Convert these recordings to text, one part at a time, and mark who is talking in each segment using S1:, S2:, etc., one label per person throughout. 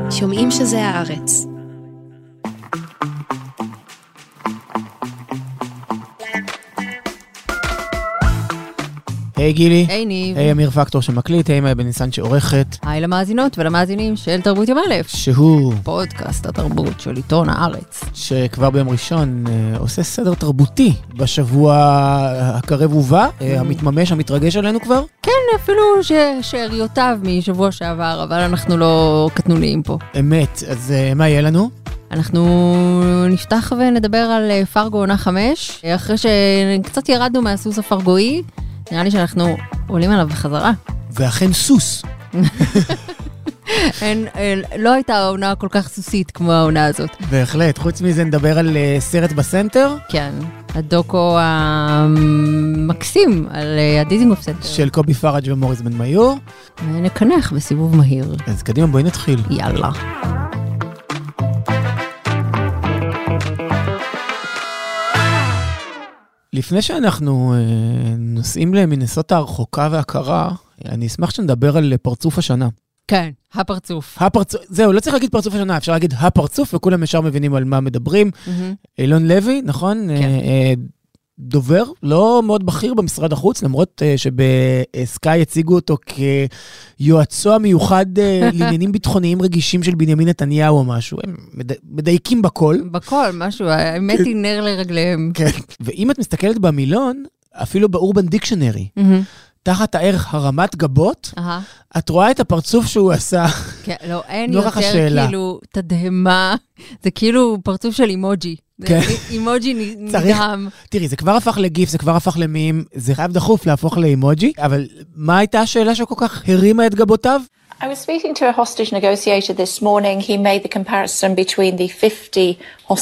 S1: שומעים שזה הארץ.
S2: היי גילי.
S3: היי ניב.
S2: היי אמיר פקטור שמקליט, היי מאי בניסן שעורכת.
S3: היי למאזינות ולמאזינים של תרבות יום א'.
S2: שהוא
S3: פודקאסט התרבות של עיתון הארץ.
S2: שכבר ביום ראשון עושה סדר תרבותי בשבוע הקרב ובא, המתממש, המתרגש עלינו כבר.
S3: כן, אפילו שאריותיו משבוע שעבר, אבל אנחנו לא קטנוניים פה.
S2: אמת, אז מה יהיה לנו?
S3: אנחנו נפתח ונדבר על פרגו עונה 5, אחרי שקצת ירדנו מהסוס הפרגואי, נראה לי שאנחנו עולים עליו בחזרה.
S2: ואכן סוס.
S3: לא הייתה העונה כל כך סוסית כמו העונה הזאת.
S2: בהחלט, חוץ מזה נדבר על סרט בסנטר.
S3: כן, הדוקו המקסים על הדיזינגוף סנטר.
S2: של קובי פראג' ומוריס בן מיור.
S3: ונקנח בסיבוב מהיר.
S2: אז קדימה, בואי נתחיל.
S3: יאללה.
S2: לפני שאנחנו נוסעים למינסוטה הרחוקה והקרה, אני אשמח שנדבר על פרצוף השנה.
S3: כן, הפרצוף.
S2: זהו, לא צריך להגיד פרצוף השנה, אפשר להגיד הפרצוף, וכולם ישר מבינים על מה מדברים. אילון לוי, נכון? כן. דובר, לא מאוד בכיר במשרד החוץ, למרות שבסקאי הציגו אותו כיועצו המיוחד לעניינים ביטחוניים רגישים של בנימין נתניהו או משהו. הם מדייקים בכל.
S3: בכל, משהו, האמת היא נר לרגליהם.
S2: כן. ואם את מסתכלת במילון, אפילו באורבן דיקשנרי, תחת הערך הרמת גבות, את רואה את הפרצוף שהוא עשה.
S3: כן, לא, אין יותר כאילו תדהמה, זה כאילו פרצוף של אימוג'י. אימוג'י נדהם.
S2: תראי, זה כבר הפך לגיף, זה כבר הפך למים, זה חייב דחוף להפוך לאימוג'י, אבל מה הייתה השאלה שכל כך הרימה את גבותיו?
S4: I was speaking to a hostage negotiator this morning. He made the comparison between the 50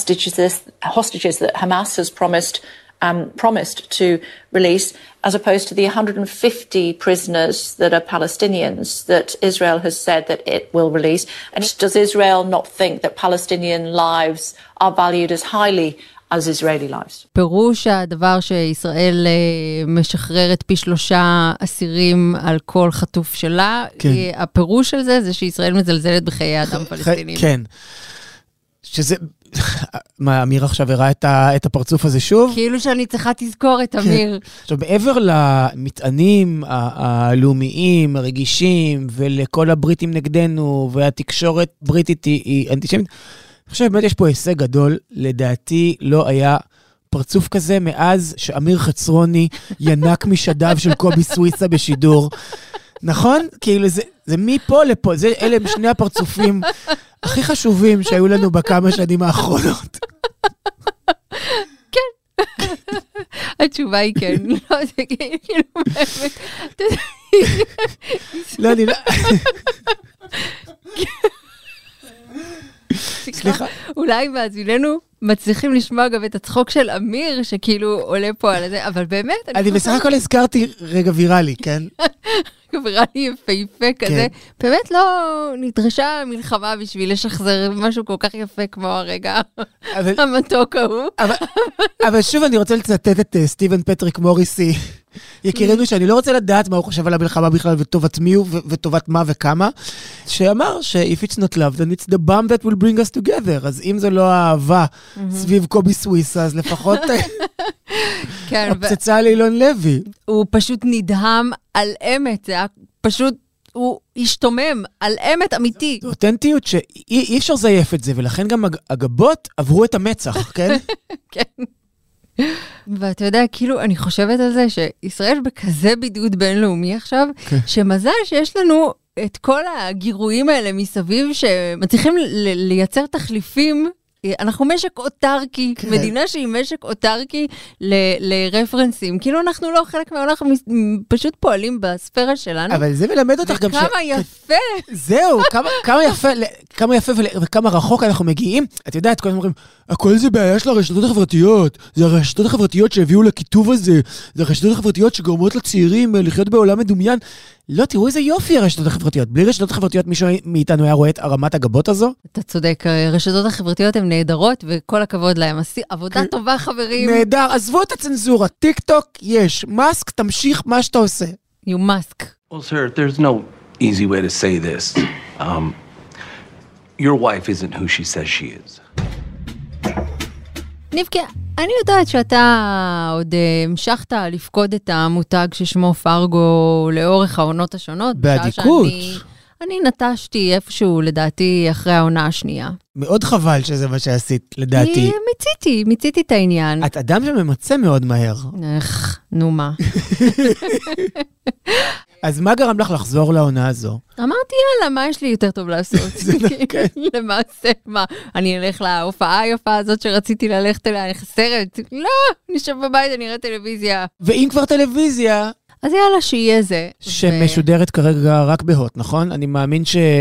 S4: hostages that Hamas has promised to release, as opposed to the 150 prisoners that are Palestinians that Israel has said that it will release. And does Israel not think that Palestinian lives are valued as highly as Israeli lives?
S3: פירוש הדבר שישראל משחררת פי 3 אסירים על כל חטוף שלה, כן. הפירוש של זה שישראל מזלזלת בחיי אדם פלסטינים.
S2: כן. שזה... מה, אמיר עכשיו הראה את הפרצוף הזה שוב?
S3: כאילו שאני צריכה תזכור את אמיר.
S2: עכשיו, מעבר למטענים הלאומיים, הרגישים, ולכל הבריטים נגדנו, והתקשורת בריטית היא אנטישמית, אני חושב, באמת יש פה הישג גדול, לדעתי לא היה פרצוף כזה מאז שאמיר חצרוני ינק משדיו של קובי סוויסה בשידור. נכון? כאילו זה מפה לפה, אלה הם שני הפרצופים הכי חשובים שהיו לנו בכמה שנים האחרונות.
S3: כן. התשובה היא כן. לא, זה כאילו באמת.
S2: לא, אני לא... סליחה.
S3: אולי מאזיננו מצליחים לשמוע גם את הצחוק של אמיר, שכאילו עולה פה על זה, אבל באמת...
S2: אני בסך הכל הזכרתי רגע ויראלי, כן?
S3: ויראלי יפהפה כזה. באמת לא נדרשה מלחמה בשביל לשחזר משהו כל כך יפה כמו הרגע המתוק ההוא.
S2: אבל שוב אני רוצה לצטט את סטיבן פטריק מוריסי, יכירנו שאני לא רוצה לדעת מה הוא חושב על המלחמה בכלל וטובת מי הוא וטובת מה וכמה, שאמר ש-if it's not love, then it's the bomb that will bring us together. אז אם זה לא האהבה סביב קובי סוויסה, אז לפחות הפצצה על אילון לוי.
S3: הוא פשוט נדהם על אמת, זה היה פשוט, הוא השתומם על אמת אמיתי.
S2: זו אותנטיות שאי אפשר זייף את זה, ולכן גם הגבות עברו את המצח, כן?
S3: כן. ואתה יודע, כאילו, אני חושבת על זה שישראל בכזה בידוד בינלאומי עכשיו, שמזל שיש לנו את כל הגירויים האלה מסביב, שמצליחים לייצר תחליפים. אנחנו משק אוטרקי, מדינה שהיא משק אוטרקי לרפרנסים. כאילו אנחנו לא חלק אנחנו פשוט פועלים בספירה שלנו.
S2: אבל זה מלמד אותך גם
S3: וכמה יפה.
S2: זהו, כמה יפה וכמה רחוק אנחנו מגיעים. את יודעת, כל הזמן אומרים, הכל זה בעיה של הרשתות החברתיות. זה הרשתות החברתיות שהביאו לכיתוב הזה. זה הרשתות החברתיות שגורמות לצעירים לחיות בעולם מדומיין. לא, תראו איזה יופי הרשתות החברתיות. בלי רשתות החברתיות מישהו מאיתנו היה רואה את הרמת הגבות הזו?
S3: אתה צודק, הרשתות החברתיות הן נהדרות, וכל הכבוד להם. עבודה טובה, חברים.
S2: נהדר, עזבו את הצנזורה. טיק טוק יש. מאסק, תמשיך מה שאתה עושה.
S3: You mask.
S5: Well, sir, there's no easy way to say this.
S1: Your wife isn't who she says she is.
S3: ניבקה, אני יודעת שאתה עוד המשכת לפקוד את המותג ששמו פרגו לאורך העונות השונות.
S2: באדיקות.
S3: אני נטשתי איפשהו, לדעתי, אחרי העונה השנייה.
S2: מאוד חבל שזה מה שעשית, לדעתי.
S3: מיציתי את העניין.
S2: את אדם שממצא מאוד מהר.
S3: נו מה.
S2: אז מה גרם לך לחזור לעונה הזו?
S3: אמרתי, יאללה, מה יש לי יותר טוב לעשות? למעשה, מה? אני אלך להופעה היפה הזאת שרציתי ללכת אליה, אני סרט? לא, נשב בבית, אני אראה טלוויזיה.
S2: ואם כבר טלוויזיה...
S3: אז יאללה, שיהיה זה.
S2: שמשודרת כרגע רק בהוט, נכון? אני מאמין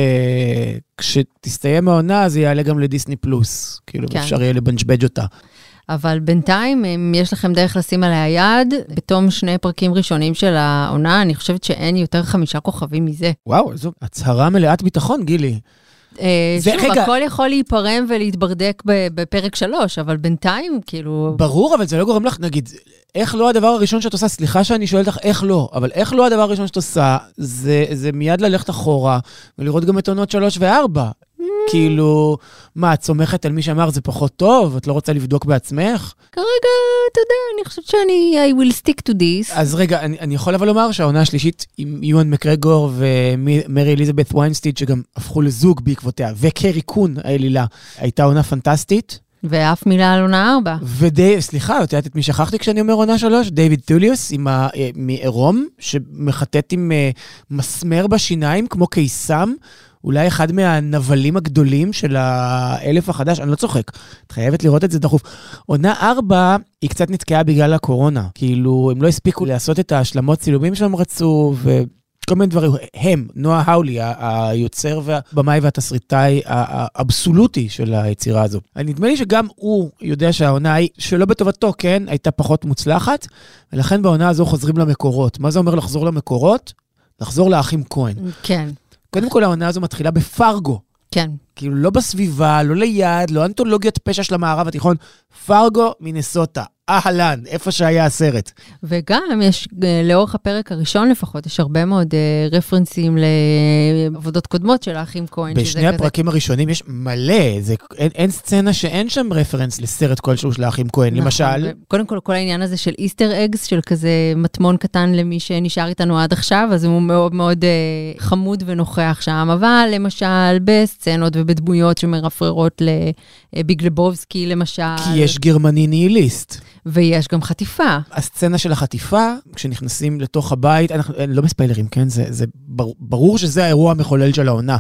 S2: שכשתסתיים העונה, זה יעלה גם לדיסני פלוס. כאילו, אפשר יהיה לבנג'בג' אותה.
S3: אבל בינתיים, אם יש לכם דרך לשים עליה יד, בתום 2 פרקים ראשונים של העונה, אני חושבת שאין יותר 5 כוכבים מזה.
S2: וואו, זו הצהרה מלאת ביטחון, גילי.
S3: שוב, הכל יכול להיפרם ולהתברדק בפרק 3, אבל בינתיים, כאילו...
S2: ברור, אבל זה לא גורם לך, נגיד, איך לא הדבר הראשון שאת עושה, סליחה שאני שואלת לך איך לא, אבל איך לא הדבר הראשון שאת עושה, זה מיד ללכת אחורה, ולראות גם את עונות 3 ו-4. כאילו, מה, את סומכת על מי שאמר, זה פחות טוב? את לא רוצה לבדוק בעצמך?
S3: כרגע, אתה יודע, אני חושבת שאני, I will stick to this.
S2: אז רגע, אני יכול אבל לומר שהעונה השלישית עם יואן מקרגור ומרי אליזבת ויינסטיד, שגם הפכו לזוג בעקבותיה, וקרי קון, האלילה, הייתה עונה פנטסטית.
S3: ואף מילה על עונה 4.
S2: סליחה, את יודעת את מי שכחתי כשאני אומר עונה 3? דיוויד תוליוס, מעירום, שמחטט עם מסמר בשיניים, כמו קיסם, אולי אחד מהנבלים הגדולים של האלף החדש, אני לא צוחק, את חייבת לראות את זה דחוף. עונה 4 היא קצת נתקעה בגלל הקורונה, כאילו הם לא הספיקו לעשות את ההשלמות צילומים שהם רצו, וכל מיני דברים, הם, נועה האולי, היוצר והבמאי והתסריטאי האבסולוטי של היצירה הזו. נדמה לי שגם הוא יודע שהעונה היא, שלא בטובתו, כן, הייתה פחות מוצלחת, ולכן בעונה הזו חוזרים למקורות. מה זה אומר לחזור למקורות? לחזור לאחים כהן.
S3: כן.
S2: קודם כל, העונה הזו מתחילה בפרגו.
S3: כן.
S2: כאילו, לא בסביבה, לא ליד, לא אנתולוגיית פשע של המערב התיכון. פרגו, מינסוטה. אהלן, איפה שהיה הסרט.
S3: וגם יש, לאורך הפרק הראשון לפחות, יש הרבה מאוד רפרנסים לעבודות קודמות של האחים כהן.
S2: בשני הפרקים הראשונים יש מלא, אין סצנה שאין שם רפרנס לסרט כלשהו של האחים כהן, למשל.
S3: קודם כל, כל העניין הזה של איסטר אגס, של כזה מטמון קטן למי שנשאר איתנו עד עכשיו, אז הוא מאוד מאוד חמוד ונוכח שם, אבל למשל בסצנות ובדמויות שמרפררות לביג לבובסקי, למשל.
S2: כי יש גרמני ניהיליסט.
S3: ויש גם חטיפה.
S2: הסצנה של החטיפה, כשנכנסים לתוך הבית, אנחנו לא בספיילרים, כן? זה ברור שזה האירוע המחולל של העונה.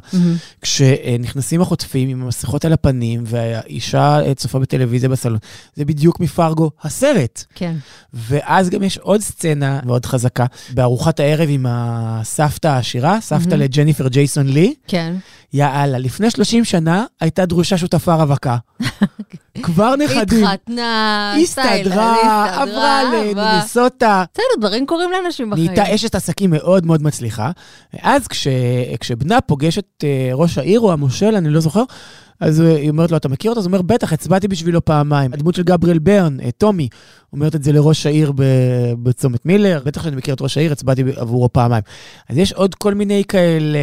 S2: כשנכנסים החוטפים עם המסכות על הפנים, והאישה צופה בטלוויזיה בסלון, זה בדיוק מפרגו הסרט.
S3: כן.
S2: ואז גם יש עוד סצנה מאוד חזקה, בארוחת הערב עם הסבתא העשירה, סבתא לג'ניפר ג'ייסון לי.
S3: כן.
S2: יאללה, לפני 30 שנה הייתה דרושה שותפה רווקה. כבר נכדים.
S3: התחתנה,
S2: הסתדרה, עברה למינסוטה.
S3: בסדר, דברים קורים לאנשים בחיים.
S2: נהייתה אשת עסקים מאוד מאוד מצליחה. אז כשבנה פוגש את ראש העיר או המושל, אני לא זוכר, אז היא אומרת לו, אתה מכיר אותו? אז הוא אומר, בטח, הצבעתי בשבילו פעמיים. הדמות של גבריאל ברן, טומי, אומרת את זה לראש העיר בצומת מילר, בטח שאני מכיר את ראש העיר, הצבעתי עבורו פעמיים. אז יש עוד כל מיני כאלה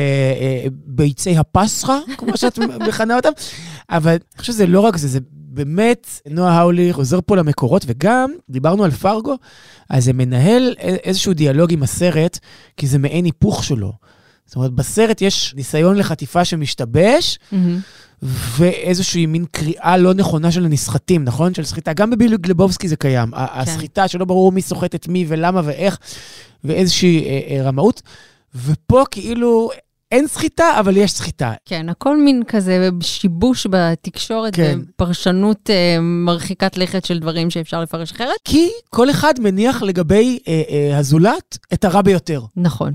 S2: ביצי הפסחה, כמו שאת מכנה אותם, אבל אני חושב שזה לא רק זה, זה באמת, נועה האולי חוזר פה למקורות, וגם דיברנו על פרגו, אז זה מנהל איזשהו דיאלוג עם הסרט, כי זה מעין היפוך שלו. זאת אומרת, בסרט יש ניסיון לחטיפה שמשתבש, ואיזושהי מין קריאה לא נכונה של הנסחטים, נכון? של סחיטה. גם בביג לבובסקי זה קיים. הסחיטה שלא ברור מי סוחט את מי ולמה ואיך, ואיזושהי רמאות. ופה כאילו אין סחיטה, אבל יש סחיטה.
S3: כן, הכל מין כזה שיבוש בתקשורת, ופרשנות מרחיקת לכת של דברים שאפשר לפרש אחרת.
S2: כי כל אחד מניח לגבי הזולת את הרע ביותר.
S3: נכון.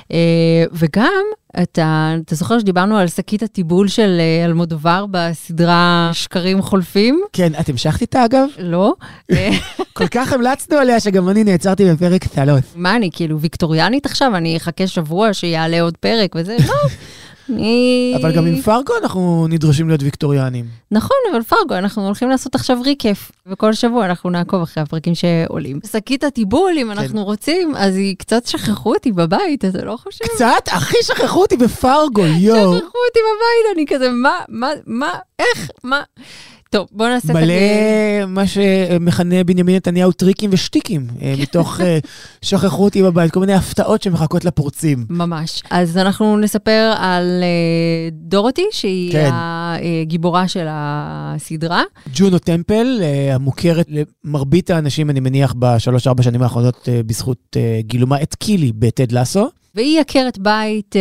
S3: וגם, אתה זוכר שדיברנו על שקית הטיבול של אלמודובר בסדרה שקרים חולפים?
S2: כן, את המשכת איתה אגב?
S3: לא.
S2: כל כך המלצנו עליה שגם אני נעצרתי בפרק 3.
S3: מה, אני כאילו ויקטוריאנית עכשיו? אני אחכה שבוע שיעלה עוד פרק וזה? לא.
S2: אבל גם עם פארגו אנחנו נדרשים להיות ויקטוריאנים.
S3: נכון, אבל פארגו, אנחנו הולכים לעשות עכשיו ריקף, וכל שבוע אנחנו נעקוב אחרי הפרקים שעולים. שקית הטיבול, אם אנחנו רוצים, אז היא קצת שכחו אותי בבית, אתה לא חושב?
S2: קצת? הכי שכחו אותי בפארגו, יו.
S3: שכחו אותי בבית, אני כזה, מה, איך, מה? טוב, בוא נעשה
S2: מלא מה שמכנה בנימין נתניהו טריקים ושטיקים, מתוך שכחו אותי בבית, כל מיני הפתעות שמחכות לפורצים.
S3: ממש. אז אנחנו נספר על דורותי, שהיא הגיבורה של הסדרה.
S2: ג'ונו טמפל, המוכרת למרבית האנשים, אני מניח, ב3-4 שנים האחרונות, בזכות גילומה את קילי בטד לסו.
S3: והיא עקרת בית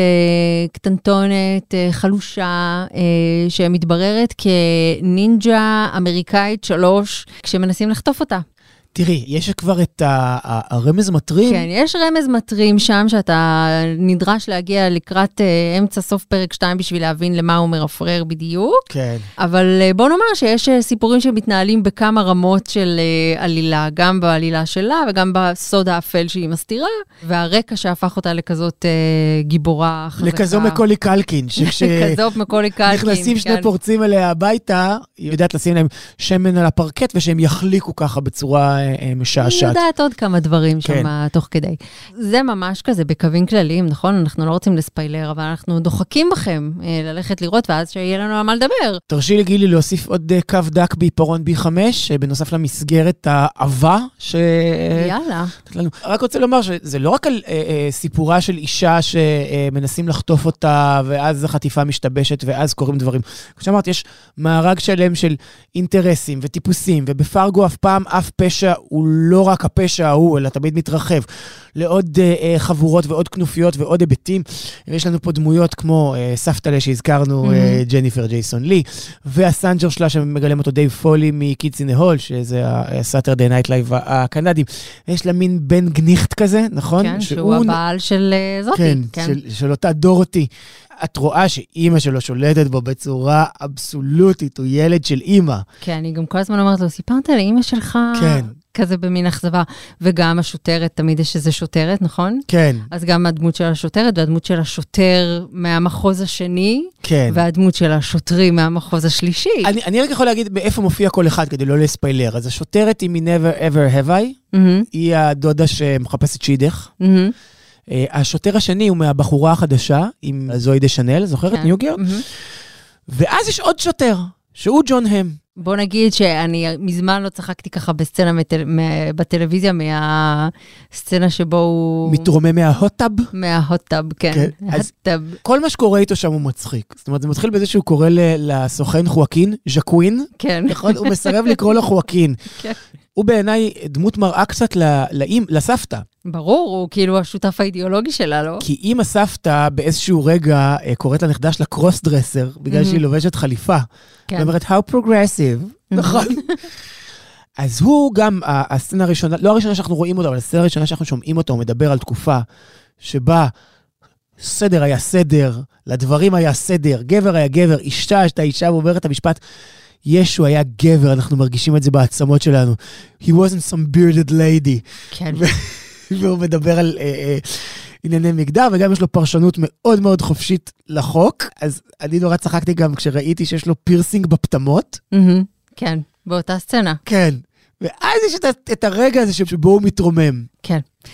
S3: קטנטונת, חלושה, שמתבררת כנינג'ה אמריקאית 3, כשמנסים לחטוף אותה.
S2: תראי, יש כבר את הרמז מטרים.
S3: כן, יש רמז מטרים שם, שאתה נדרש להגיע לקראת אמצע סוף פרק 2 בשביל להבין למה הוא מרפרר בדיוק.
S2: כן.
S3: אבל בוא נאמר שיש סיפורים שמתנהלים בכמה רמות של עלילה, גם בעלילה שלה וגם בסוד האפל שהיא מסתירה, והרקע שהפך אותה לכזאת גיבורה חזקה.
S2: לכזו מקולי קלקין,
S3: לכזו מקולי קלקין.
S2: נכנסים שני פורצים אליה הביתה, היא יודעת לשים להם שמן על הפרקט, ושהם יחליקו ככה בצורה משעשעת.
S3: אני יודעת עוד כמה דברים שם תוך כדי. זה ממש כזה בקווים כלליים, נכון? אנחנו לא רוצים לספיילר, אבל אנחנו דוחקים בכם ללכת לראות, ואז שיהיה לנו על מה לדבר.
S2: תרשי לי גילי להוסיף עוד קו דק בעיפרון B5, בנוסף למסגרת העבה
S3: יאללה.
S2: רק רוצה לומר שזה לא רק על סיפורה של אישה שמנסים לחטוף אותה, ואז החטיפה משתבשת, ואז קורים דברים. כמו שאמרת, יש מארג שלם של אינטרסים וטיפוסים, ובפארגו אף פעם אף פשע הוא לא רק הפשע ההוא, אלא תמיד מתרחב לעוד חבורות ועוד כנופיות ועוד היבטים. יש לנו פה דמויות כמו סבתלה שהזכרנו, ג'ניפר ג'ייסון לי, והסנג'ר שלה שמגלם אותו דייב פולי מקידס אין דה הול, שזה הסאטרדיי נייט לייב הקנדים. יש לה מין בן גניחת כזה, נכון?
S3: כן, שהוא הבעל של זאתי.
S2: כן, של אותה דורותי. את רואה שאימא שלו שולטת בו בצורה אבסולוטית, הוא ילד של אימא.
S3: כן, אני גם כל הזמן אומרת לו, סיפרת לאימא שלך,
S2: כן.
S3: כזה במין אכזבה, וגם השוטרת, תמיד יש איזה שוטרת, נכון?
S2: כן.
S3: אז גם הדמות של השוטרת, והדמות של השוטר מהמחוז השני,
S2: כן.
S3: והדמות של השוטרים מהמחוז השלישי.
S2: אני רק יכול להגיד באיפה מופיע כל אחד, כדי לא לספיילר. אז השוטרת היא מ-Never Ever Have I, היא הדודה שמחפשת שידך. השוטר השני הוא מהבחורה החדשה, עם זוי דה שנל, זוכרת? ניוגר? ואז יש עוד שוטר, שהוא ג'ון הם.
S3: בוא נגיד שאני מזמן לא צחקתי ככה בסצנה בטלוויזיה, מהסצנה שבו הוא...
S2: מתרומם מההוטאב?
S3: מההוטאב, כן.
S2: אז כל מה שקורה איתו שם הוא מצחיק. זאת אומרת, זה מתחיל בזה שהוא קורא לסוכן חואקין, ז'קווין.
S3: כן.
S2: הוא מסרב לקרוא לו חואקין.
S3: כן.
S2: הוא בעיניי דמות מראה קצת לסבתא.
S3: ברור, הוא כאילו השותף האידיאולוגי שלה, לא?
S2: כי אם הסבתא באיזשהו רגע קוראת לנכדה שלה קרוס דרסר, בגלל שהיא לובשת חליפה, היא אומרת, how progressive, נכון? אז הוא גם, הסצנה הראשונה, לא הראשונה שאנחנו רואים אותו, אבל הסצנה הראשונה שאנחנו שומעים אותו, הוא מדבר על תקופה שבה סדר היה סדר, לדברים היה סדר, גבר היה גבר, אישה הייתה אישה, הוא אומר את המשפט, ישו היה גבר, אנחנו מרגישים את זה בעצמות שלנו. He wasn't some bearded lady.
S3: כן.
S2: והוא מדבר על ענייני מגדר, וגם יש לו פרשנות מאוד מאוד חופשית לחוק, אז אני נורא צחקתי גם כשראיתי שיש לו פירסינג בפטמות.
S3: כן, באותה סצנה.
S2: כן, ואז יש את הרגע הזה שבו הוא מתרומם.
S3: כן.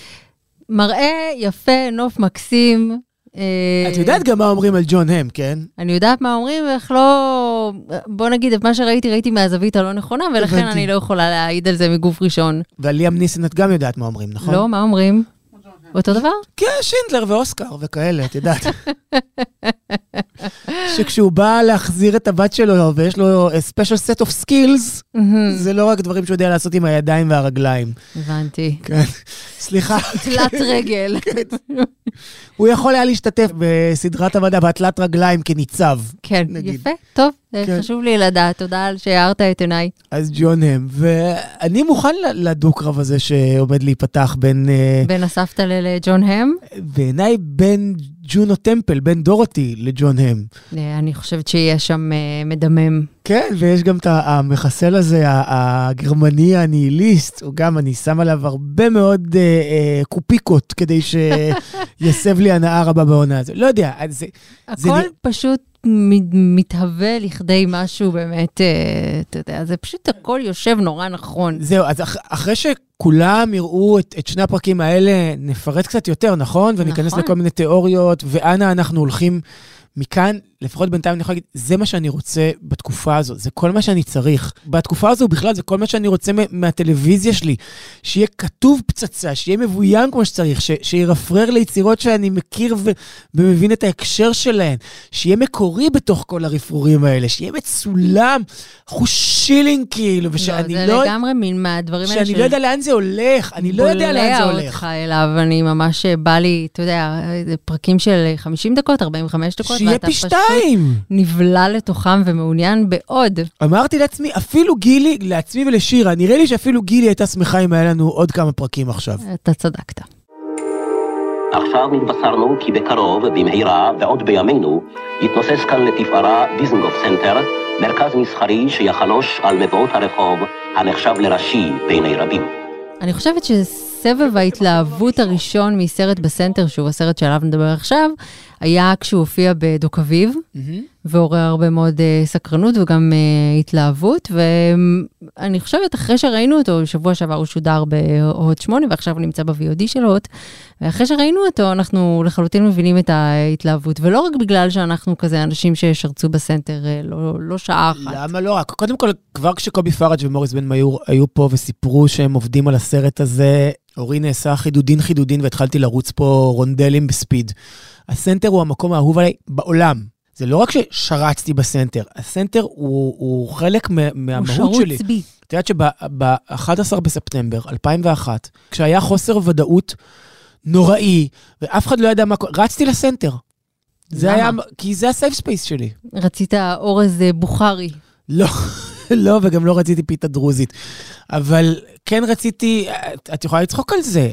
S3: מראה יפה, נוף מקסים.
S2: את יודעת גם מה אומרים על ג'ון הם, כן?
S3: אני יודעת מה אומרים, ואיך לא... בוא נגיד, את מה ראיתי מהזווית הלא נכונה, ולכן אני לא יכולה להעיד על זה מגוף ראשון.
S2: ועל ליאם ניסן את גם יודעת מה אומרים, נכון?
S3: לא, מה אומרים? אותו דבר?
S2: כן, שינדלר ואוסקר וכאלה, את יודעת. שכשהוא בא להחזיר את הבת שלו, ויש לו special set of skills, זה לא רק דברים שהוא יודע לעשות עם הידיים והרגליים.
S3: הבנתי.
S2: כן, סליחה.
S3: תלת רגל.
S2: הוא יכול היה להשתתף בסדרת המדע בהתלת רגליים כניצב.
S3: כן, יפה, טוב, חשוב לי לדעת, תודה על שהערת את עיניי.
S2: אז ג'ון הם, ואני מוכן לדו-קרב הזה שעומד להיפתח בין...
S3: בין הסבתא לג'ון הם?
S2: בעיניי בין ג'ונו טמפל, בין דורותי לג'ון הם.
S3: אני חושבת שיש שם מדמם.
S2: כן, ויש גם את המחסל הזה, הגרמני הניהיליסט, הוא גם, אני שם עליו הרבה מאוד קופיקות, כדי שיסב לי הנאה רבה בעונה הזו. לא יודע,
S3: הכל פשוט מתהווה לכדי משהו באמת, אתה יודע, זה פשוט הכל יושב נורא נכון.
S2: זהו, אז אחרי שכולם יראו את שני הפרקים האלה, נפרט קצת יותר, נכון? וניכנס לכל מיני תיאוריות, ואנה אנחנו הולכים מכאן, לפחות בינתיים אני יכול להגיד, זה מה שאני רוצה בתקופה הזו, זה כל מה שאני צריך. בתקופה הזו בכלל זה כל מה שאני רוצה מהטלוויזיה שלי, שיהיה כתוב פצצה, שיהיה מבוים כמו שצריך, שירפרר ליצירות שאני מכיר ומבין את ההקשר שלהן, שיהיה מקורי בתוך כל הרפרורים האלה, שיהיה מצולם, חושילינג כאילו, ושאני
S3: לא... זה לגמרי מין מהדברים האלה
S2: שאני לא יודע לאן זה הולך, אני לא יודע לאן זה הולך.
S3: בולע אותך אליו, אני ממש בא לי, אתה יודע, פרקים של 50 דקות, 45 דקות,
S2: שיהיה פי 2.
S3: נבלה לתוכם ומעוניין בעוד.
S2: אמרתי לעצמי, אפילו גילי, לעצמי ולשירה, נראה לי שאפילו גילי הייתה שמחה אם היה לנו עוד כמה פרקים עכשיו.
S3: אתה צדקת.
S5: עכשיו נתבשרנו כי בקרוב, במהירה ועוד בימינו, יתנוסס כאן לתפארה דיזנגוף סנטר, מרכז מסחרי שיחלוש על מבואות הרחוב, הנחשב לראשי בעיני רבים.
S3: אני חושבת שסבב ההתלהבות הראשון מסרט בסנטר, שהוא הסרט שעליו נדבר עכשיו, היה כשהוא הופיע בדוק אביב, ועורר הרבה מאוד סקרנות וגם התלהבות, ואני חושבת, אחרי שראינו אותו, שבוע שעבר הוא שודר בהוט 8, ועכשיו הוא נמצא ב-VOD של הוט, ואחרי שראינו אותו, אנחנו לחלוטין מבינים את ההתלהבות, ולא רק בגלל שאנחנו כזה אנשים ששרצו בסנטר לא שעה אחת.
S2: למה לא רק? קודם כל, כבר כשקובי פראג' ומוריס בן מאיור היו פה וסיפרו שהם עובדים על הסרט הזה, אורי נעשה חידודין, והתחלתי לרוץ פה רונדלים בספיד. הסנטר הוא המקום האהוב עליי בעולם. זה לא רק ששרצתי בסנטר, הסנטר הוא חלק מהמהות שלי.
S3: הוא שרוץ בי.
S2: את יודעת שב-11 בספטמבר 2001, כשהיה חוסר ודאות נוראי, ואף אחד לא ידע מה קורה, רצתי לסנטר. זה היה, כי זה הסייף ספייס שלי.
S3: רצית אורז בוכרי.
S2: לא, וגם לא רציתי פיתה דרוזית. אבל כן רציתי, את יכולה לצחוק על זה,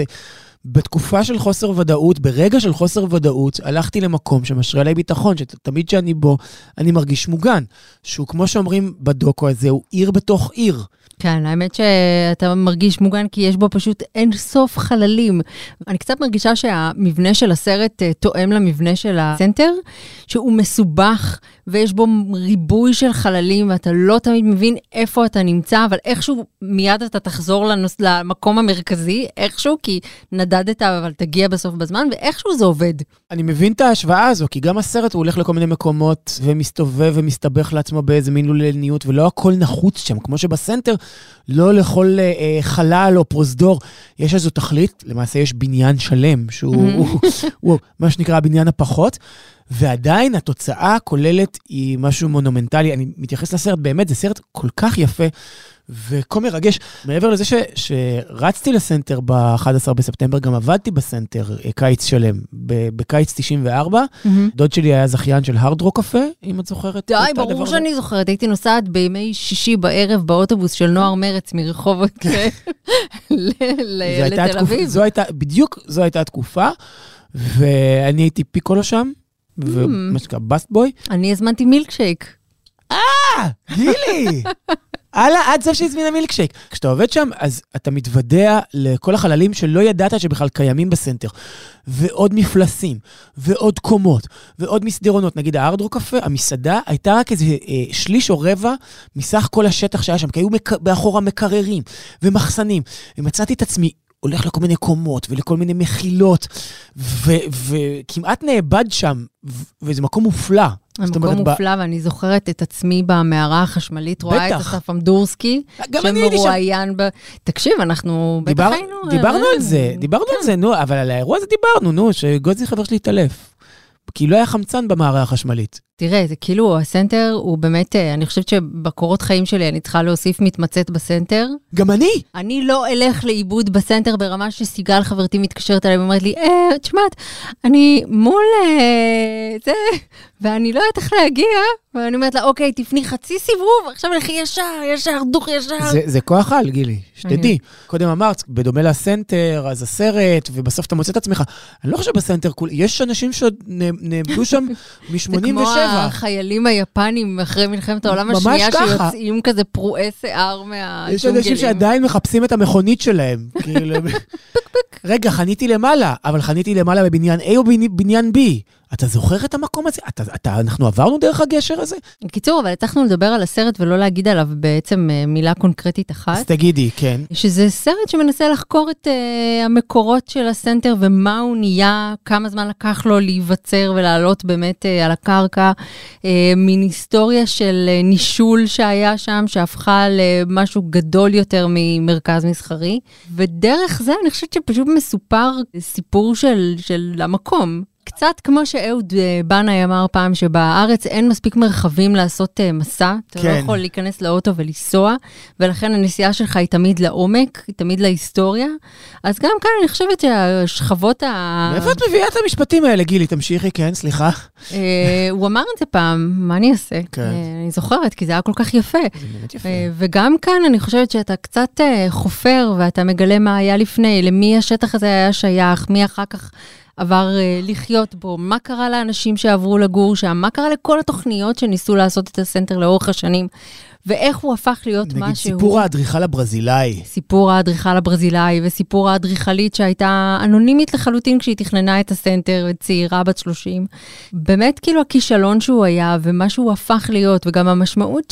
S2: בתקופה של חוסר ודאות, ברגע של חוסר ודאות, הלכתי למקום שמשרה עליי ביטחון, שתמיד שאני בו, אני מרגיש מוגן. שהוא כמו שאומרים בדוקו הזה, הוא עיר בתוך עיר.
S3: כן, האמת שאתה מרגיש מוגן כי יש בו פשוט אין סוף חללים. אני קצת מרגישה שהמבנה של הסרט תואם למבנה של הסנטר, שהוא מסובך ויש בו ריבוי של חללים, ואתה לא תמיד מבין איפה אתה נמצא, אבל איכשהו מיד אתה תחזור למקום המרכזי, איכשהו, כי נדדת אבל תגיע בסוף בזמן, ואיכשהו זה עובד.
S2: אני מבין את ההשוואה הזו, כי גם הסרט הוא הולך לכל מיני מקומות, ומסתובב ומסתבך לעצמו באיזה מין לולניות, ולא הכל נחוץ שם, כמו שבסנטר, לא לכל חלל או פרוזדור, יש איזו תכלית, למעשה יש בניין שלם, שהוא מה שנקרא הבניין הפחות, ועדיין התוצאה הכוללת היא משהו מונומנטלי. אני מתייחס לסרט, באמת, זה סרט כל כך יפה, וכה מרגש. מעבר לזה שרצתי לסנטר ב-11 בספטמבר, גם עבדתי בסנטר קיץ שלם, בקיץ 94. דוד שלי היה זכיין של הרד רוק קפה, אם את זוכרת.
S3: די, ברור שאני זוכרת. הייתי נוסעת בימי שישי בערב באוטובוס של נוער מרץ מרחובות לתל אביב.
S2: בדיוק זו הייתה התקופה, ואני הייתי פיקולו שם, ומה שקרה, בסט בוי.
S3: אני הזמנתי מילקשייק.
S2: גילי! עד סוף שהזמינה מילקשייק. כשאתה עובד שם, אז אתה מתוודע לכל החללים שלא ידעת שבכלל קיימים בסנטר. ועוד מפלסים, ועוד קומות, ועוד מסדרונות. נגיד, ההרד רוק קפה, המסעדה, הייתה רק איזה שליש או רבע מסך כל השטח שהיה שם, כי היו באחורה מקררים ומחסנים. ומצאתי את עצמי, הולך לכל מיני קומות ולכל מיני מחילות, וכמעט נאבד שם, וזה מקום מופלא.
S3: המקום מופלא, ואני זוכרת את עצמי במערה החשמלית, רואה את אסף אמדורסקי, שמרואיין תקשיב, אנחנו בטח היינו...
S2: דיברנו על זה, נו, אבל על האירוע הזה דיברנו, נו, שגוזי חבר שלי התעלף. כי לא היה חמצן במערה החשמלית.
S3: תראה, זה כאילו, הסנטר הוא באמת, אני חושבת שבקורות חיים שלי אני צריכה להוסיף מתמצאת בסנטר.
S2: גם אני.
S3: אני לא אלך לאיבוד בסנטר ברמה שסיגל חברתי מתקשרת אליי ואומרת לי, תשמעת, אני מול זה, ואני לא יודעת איך להגיע, ואני אומרת לה, אוקיי, תפני חצי סיבוב, עכשיו לכי ישר, דוך ישר. זה
S2: כוח על, גילי, שתדעי. קודם אמרת, בדומה לסנטר, אז הסרט, ובסוף אתה מוצא את עצמך. אני לא חושב בסנטר, יש אנשים שנאבדו שם מ-87.
S3: זה כמו החיילים היפנים אחרי מלחמת העולם השנייה, שיוצאים כזה פרועי שיער מהג'ונגלים.
S2: יש אנשים שעדיין מחפשים את המכונית שלהם. רגע, חניתי למעלה, אבל חניתי למעלה בבניין A או בבניין B. אתה זוכר את המקום הזה? אנחנו עברנו דרך הגשר הזה?
S3: בקיצור, אבל הצלחנו לדבר על הסרט ולא להגיד עליו בעצם מילה קונקרטית אחת.
S2: אז תגידי, כן.
S3: שזה סרט שמנסה לחקור את המקורות של הסנטר ומה הוא נהיה, כמה זמן לקח לו להיווצר ולעלות באמת על הקרקע, מין היסטוריה של נישול שהיה שם, שהפכה למשהו גדול יותר ממרכז מסחרי, ודרך זה אני חושבת שפשוט מסופר סיפור של המקום. קצת כמו שאהוד בנאי אמר פעם, שבארץ אין מספיק מרחבים לעשות מסע, אתה לא יכול להיכנס לאוטו ולנסוע, ולכן הנסיעה שלך היא תמיד לעומק, היא תמיד להיסטוריה, אז גם כאן אני חושבת שהשכבות
S2: מאיפה את מביאה את המשפטים האלה, גילי? תמשיכי, כן, סליחה.
S3: הוא אמר את זה פעם, מה אני אעשה? אני זוכרת, כי זה היה כל כך יפה.
S2: זה באמת יפה.
S3: וגם כאן אני חושבת שאתה קצת חופר, ואתה מגלה מה היה לפני, למי השטח הזה היה שייך, מי אחר כך עבר לחיות בו, מה קרה לאנשים שעברו לגור שם, מה קרה לכל התוכניות שניסו לעשות את הסנטר לאורך השנים, ואיך הוא הפך להיות משהו.
S2: נגיד סיפור האדריכל הברזילאי.
S3: סיפור האדריכל הברזילאי, וסיפור האדריכלית שהייתה אנונימית לחלוטין כשהיא תכננה את הסנטר, צעירה בת 30. באמת כאילו הכישלון שהוא היה, ומה שהוא הפך להיות, וגם המשמעות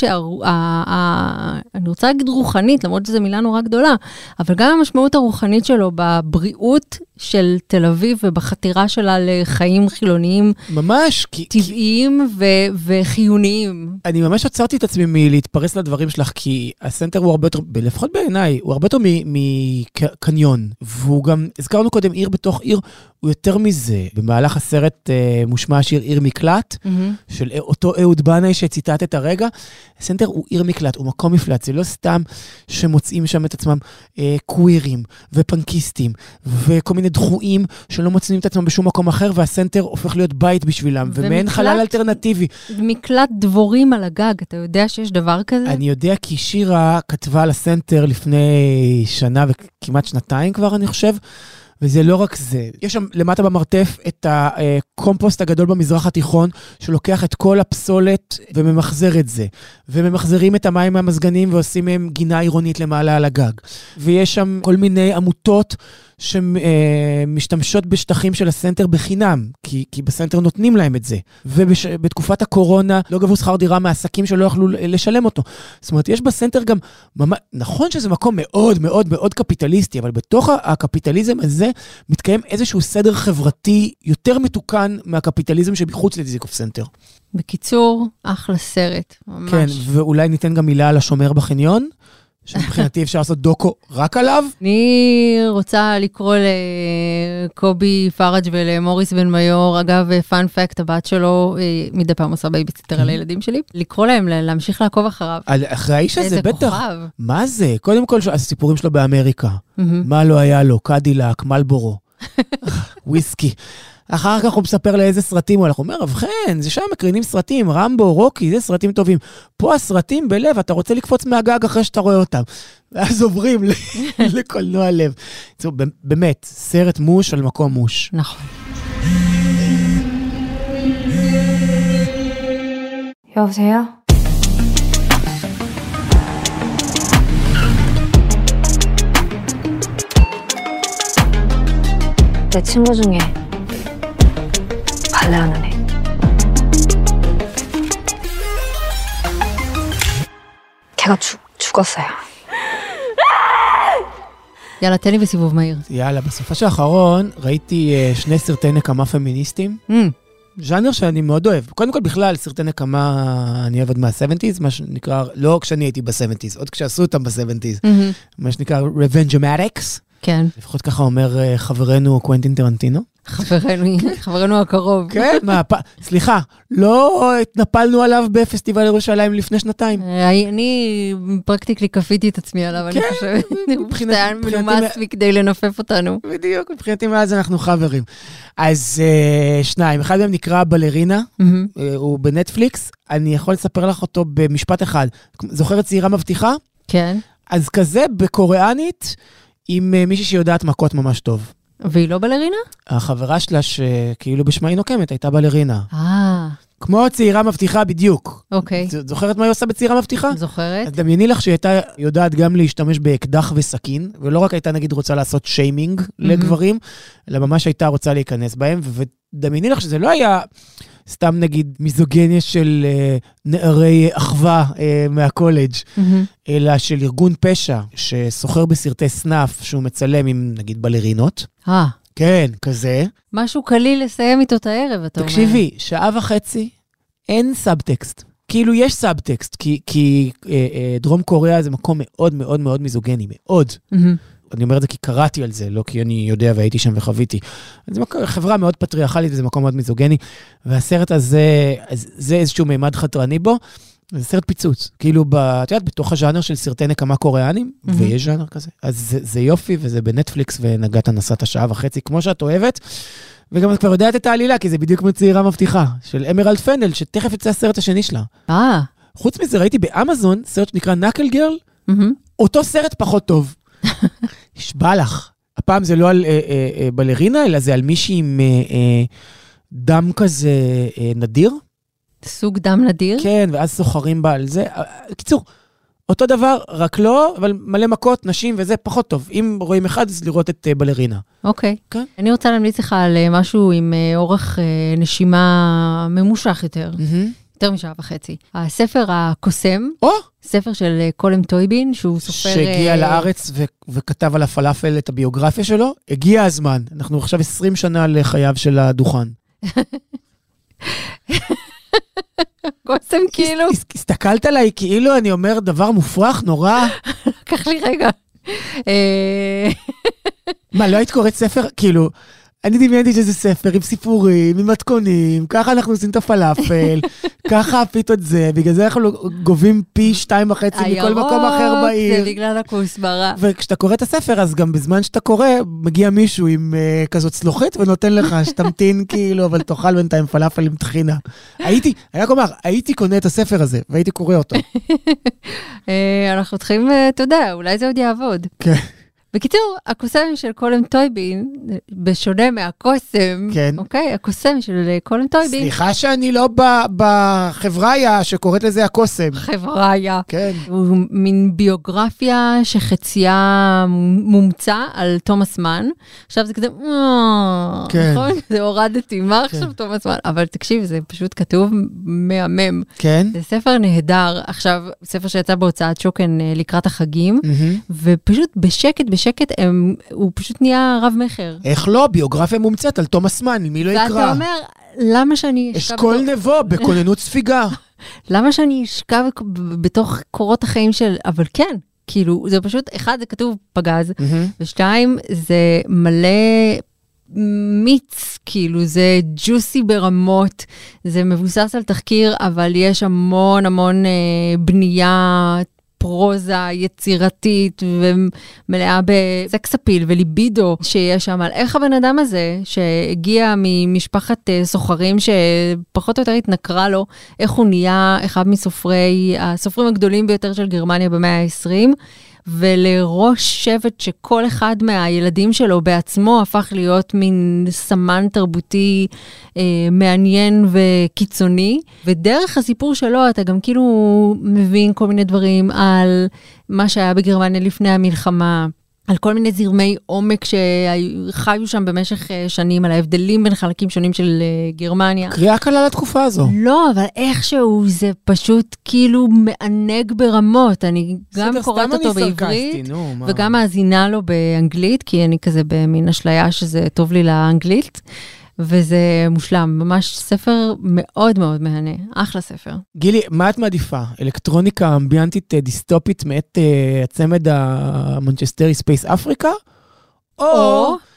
S3: אני רוצה להגיד רוחנית, למרות שזו מילה נורא גדולה, אבל גם המשמעות הרוחנית שלו בבריאות של תל אביב, ובחתירה שלה לחיים חילוניים.
S2: ממש.
S3: טבעיים וחיוניים.
S2: אני ממש עצרתי את עצמי מלהתפרס לדברים שלך, כי הסנטר הוא הרבה יותר, לפחות בעיניי, הוא הרבה יותר מקניון. והוא גם, הזכרנו קודם עיר בתוך עיר, הוא יותר מזה. במהלך הסרט מושמע השיר עיר מקלט, של אותו אהוד בנאי שציטטת הרגע. הסנטר הוא עיר מקלט, הוא מקום מפלט. זה לא סתם שמוצאים שם את עצמם קווירים ופנקיסטים, וכל מיני דחויים שלא מוצאים את עצמם בשום מקום אחר, והסנטר הופך להיות בית בשבילם, ומעין חלל אלטרנטיבי.
S3: מקלט דבורים על הגג, אתה יודע שיש דבר כזה?
S2: אני יודע כי שירה כתבה על הסנטר לפני שנה וכמעט שנתיים כבר, אני חושב, וזה לא רק זה. יש שם למטה במרתף את הקומפוסט הגדול במזרח התיכון, שלוקח את כל הפסולת וממחזר את זה. וממחזרים את המים מהמזגנים ועושים מהם גינה עירונית למעלה על הגג. ויש שם כל מיני עמותות שמשתמשות בשטחים של הסנטר בחינם, כי בסנטר נותנים להם את זה. ובתקופת הקורונה לא גבו שכר דירה מעסקים שלא יכלו לשלם אותו. זאת אומרת, יש בסנטר גם, נכון שזה מקום מאוד מאוד מאוד קפיטליסטי, אבל בתוך הקפיטליזם הזה מתקיים איזשהו סדר חברתי יותר מתוקן מהקפיטליזם שבחוץ לדיזיקוף סנטר.
S3: בקיצור, אחלה סרט, ממש.
S2: כן, ואולי ניתן גם מילה על השומר בחניון, שמבחינתי אפשר לעשות דוקו רק עליו.
S3: אני רוצה לקרוא לקובי פרג' ולמוריס בן מיור, אגב, פאנ פקט, הבת שלו, מדי פעם עושה בייביסיטר על הילדים שלי, לקרוא להם, להמשיך לעקוב אחריו.
S2: אחרי האיש הזה, בטח.
S3: איזה כוכב.
S2: מה זה? קודם כל, הסיפורים שלו באמריקה. מה לא היה לו? קדילק, מלבורו, וויסקי. אחר כך הוא מספר לאיזה סרטים הוא הלך. הוא אומר, אבחן, זה שם מקרינים סרטים, רמבו, רוקי, זה סרטים טובים. פה הסרטים בלב, אתה רוצה לקפוץ מהגג אחרי שאתה רואה אותם. ואז עוברים לקולנוע לב. באמת, סרט מוש על מקום מוש.
S3: נכון.
S6: 여보세요? 내 친구 중에 발레하는 애. 걔가 죽었어요.
S3: יאללה, תן לי בסיבוב מהיר.
S2: יאללה, בסופה האחרון ראיתי שני סרטי נקמה פמיניסטים. ז'אנר שאני מאוד אוהב. קודם כל בכלל, סרטי נקמה אני אוהב עוד מה-70s, מה שנקרא, לא כשאני הייתי ב-70s, עוד כשעשו אותם ב-70s, מה שנקרא Revenge-O-Matics.
S3: כן.
S2: לפחות ככה אומר חברנו קוונטין טרנטינו.
S3: חברנו הקרוב.
S2: כן, סליחה, לא התנפלנו עליו בפסטיבל ירושלים לפני שנתיים.
S3: אני פרקטיקלי כפיתי את עצמי עליו, אני חושבת. הוא היה מנומס מכדי לנופף אותנו.
S2: בדיוק, מבחינתי מאז אנחנו חברים. אז שניים, אחד מהם נקרא בלרינה, הוא בנטפליקס, אני יכול לספר לך אותו במשפט אחד. זוכרת צעירה מבטיחה?
S3: כן.
S2: אז כזה בקוריאנית, עם מישהי שיודעת מכות ממש טוב.
S3: והיא לא בלרינה?
S2: החברה שלה שכאילו בשמה היא נוקמת, הייתה בלרינה. כמו צעירה מבטיחה בדיוק.
S3: אוקיי.
S2: זוכרת מה היא עושה בצעירה מבטיחה?
S3: זוכרת.
S2: אז דמייני לך שהיא הייתה יודעת גם להשתמש באקדח וסכין, ולא רק הייתה נגיד רוצה לעשות שיימינג לגברים, אלא ממש הייתה רוצה להיכנס בהם, ודמייני לך שזה לא היה סתם נגיד מיזוגניה של נערי אחווה מהקולג', אלא של ארגון פשע שסוחר בסרטי סנאף שהוא מצלם עם נגיד בלרינות. כן, כזה.
S3: משהו קליל לסיים איתו את הערב, אתה אומר.
S2: תקשיבי, שעה וחצי, אין סאבטקסט. כאילו יש סאבטקסט, כי דרום קוריאה זה מקום מאוד מאוד מאוד מיזוגני, מאוד. אני אומר את זה כי קראתי על זה, לא כי אני יודע והייתי שם וחוויתי. זו חברה מאוד פטריארכלית, וזה מקום מאוד מיזוגני, והסרט הזה, זה איזשהו מימד חתרני בו, זה סרט פיצוץ. כאילו, את יודעת, בתוך הז'אנר של סרטי נקמה קוריאנים, ויש ז'אנר כזה. אז זה יופי, וזה בנטפליקס, ונגעת נסעת שעה וחצי, כמו שאת אוהבת, וגם את כבר יודעת את העלילה, כי זה בדיוק כמו צעירה מבטיחה, של אמרלד פנדל, שתכף יצא הסרט השני שלה. חוץ מזה, ראיתי באמזון, סרט שנקרא נקל גרל, אותו סרט פחות טוב. נשבע לך. הפעם זה לא על בלרינה, אלא זה על מישהי עם דם כזה נדיר.
S3: סוג דם נדיר?
S2: כן, ואז סוחרים בה על זה. קיצור, אותו דבר, רק לא, אבל מלא מכות, נשים, וזה פחות טוב. אם רואים אחד, אז לראות את בלרינה.
S3: אוקיי. אני רוצה להמליץ לך על משהו עם אורך נשימה ממושך יותר. יותר משעה וחצי. הספר הקוסם, ספר של קולם טויבין, שהוא סופר...
S2: שהגיע לארץ וכתב על הפלאפל את הביוגרפיה שלו, הגיע הזמן. אנחנו עכשיו 20 שנה לחייו של הדוכן.
S3: קוסם כאילו...
S2: הסתכלת עליי כאילו אני אומר דבר מופרך, נורא.
S3: לקח לי רגע.
S2: מה, לא היית קוראת ספר? כאילו... אני דמיינתי שזה ספר עם סיפורים, עם מתכונים, ככה אנחנו עושים את הפלאפל, ככה הפיתות זה, בגלל זה אנחנו גובים פי 2.5 מכל מקום אחר בעיר.
S3: זה בגלל הכוסברה.
S2: וכשאתה קורא את הספר, אז גם בזמן שאתה קורא, מגיע מישהו עם כזאת צלוחית, ונותן לך שתמתין כאילו, אבל תאכל בינתיים פלאפל עם טחינה. הייתי קונה את הספר הזה, והייתי קורא אותו.
S3: אנחנו צריכים, אתה יודע, אולי זה עוד יעבוד.
S2: כן.
S3: בקיצור, הקוסם של קולם טויבין, בשונה מהקוסם, אוקיי? הקוסם של קולם טויבין...
S2: סליחה שאני לא בחבריה שקוראת לזה הקוסם.
S3: חבריה.
S2: כן.
S3: הוא מין ביוגרפיה שחציה מומצא על תומאס מן. עכשיו זה כזה, נכון? זה הורדתי, מה עכשיו תומאס מן? אבל תקשיב, זה פשוט כתוב מהמם.
S2: כן.
S3: זה ספר נהדר. עכשיו, ספר שיצא בהוצאת שוקן לקראת החגים, ופשוט בשקט, הוא פשוט נהיה רב מחר.
S2: איך לא? ביוגרפיה מומצאת על תומאס מן, מי לא יקרא?
S3: ואתה אומר, למה שאני אשכב...
S2: אשכול נבו, בכוננות ספיגה.
S3: למה שאני אשכב בתוך קורות החיים של... אבל כן, כאילו, זה פשוט, אחד, זה כתוב פגז, ושתיים, זה מלא מיץ, כאילו, זה ג'וסי ברמות, זה מבוסס על תחקיר, אבל יש המון המון בנייה פרוזה יצירתית ומלאה בסקס אפיל וליבידו שיש שם על איך הבן אדם הזה שהגיע ממשפחת סוחרים שפחות או יותר התנקרה לו, איך הוא נהיה אחד הסופרים הגדולים ביותר של גרמניה במאה ה-20, ולראש שבט שכל אחד מהילדים שלו בעצמו הפך להיות מין סמן תרבותי מעניין וקיצוני, ודרך הסיפור שלו אתה גם כאילו מבין כל מיני דברים על מה שהיה בגרמניה לפני המלחמה, על כל מיני זרמי עומק שחיו שם במשך שנים, על ההבדלים בין חלקים שונים של גרמניה.
S2: קריאה קלה לתקופה הזו.
S3: לא, אבל איכשהו זה פשוט כאילו מענג ברמות. אני גם קוראת אותו בעברית, וגם מאזינה לו באנגלית, כי אני כזה במין אשליה שזה טוב לי לאנגלית. וזה מושלם, ממש ספר מאוד מאוד מהנה, אחלה ספר.
S2: גילי, מה את מעדיפה? אלקטרוניקה אמביאנטית דיסטופית מאת הצמד המנצ'סטרי ספייס אפריקה? או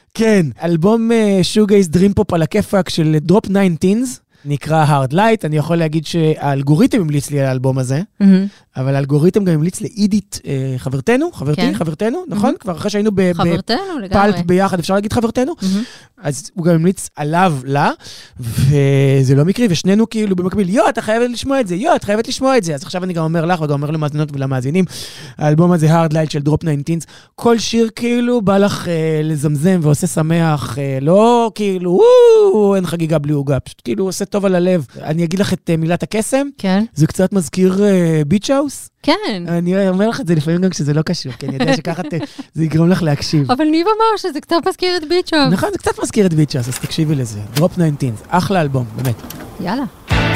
S2: כן, אלבום שוגייז דרים פופ על הכיפאק של דרופ 19, נקרא Hard Light. אני יכול להגיד שהאלגוריתם המליץ לי על האלבום הזה, אבל האלגוריתם גם המליץ לאידית, חברתנו, נכון? כבר אחרי שהיינו בפלפ ביחד, אפשר להגיד חברתנו? אז הוא גם המליץ עליו, לה, וזה לא מקרי, ושנינו כאילו במקביל, אתה חייבת לשמוע את זה, את חייבת לשמוע את זה. אז עכשיו אני גם אומר לך, וגם אומר למאזינות ולמאזינים, האלבום הזה, Hard Light של דרופ 19, כל שיר כאילו בא לך לזמזם ועושה שמח, לא כאילו, אין חגיגה בלי עוגה, פשוט כאילו עושה טוב על הלב. אני אגיד לך את מילת הקסם,
S3: כן.
S2: זה קצת מזכיר ביץ' האוס.
S3: כן.
S2: אני אומר לך את זה לפעמים גם כשזה לא קשור, כי אני יודע שככה זה יגרום לך להקשיב.
S3: אבל ניב אמר שזה קצת מזכיר את ביץ' האוס.
S2: נכון, זה קצת מזכיר את ביץ' האוס, אז תקשיבי לזה. דרופ 19, אחלה אלבום, באמת.
S3: יאללה.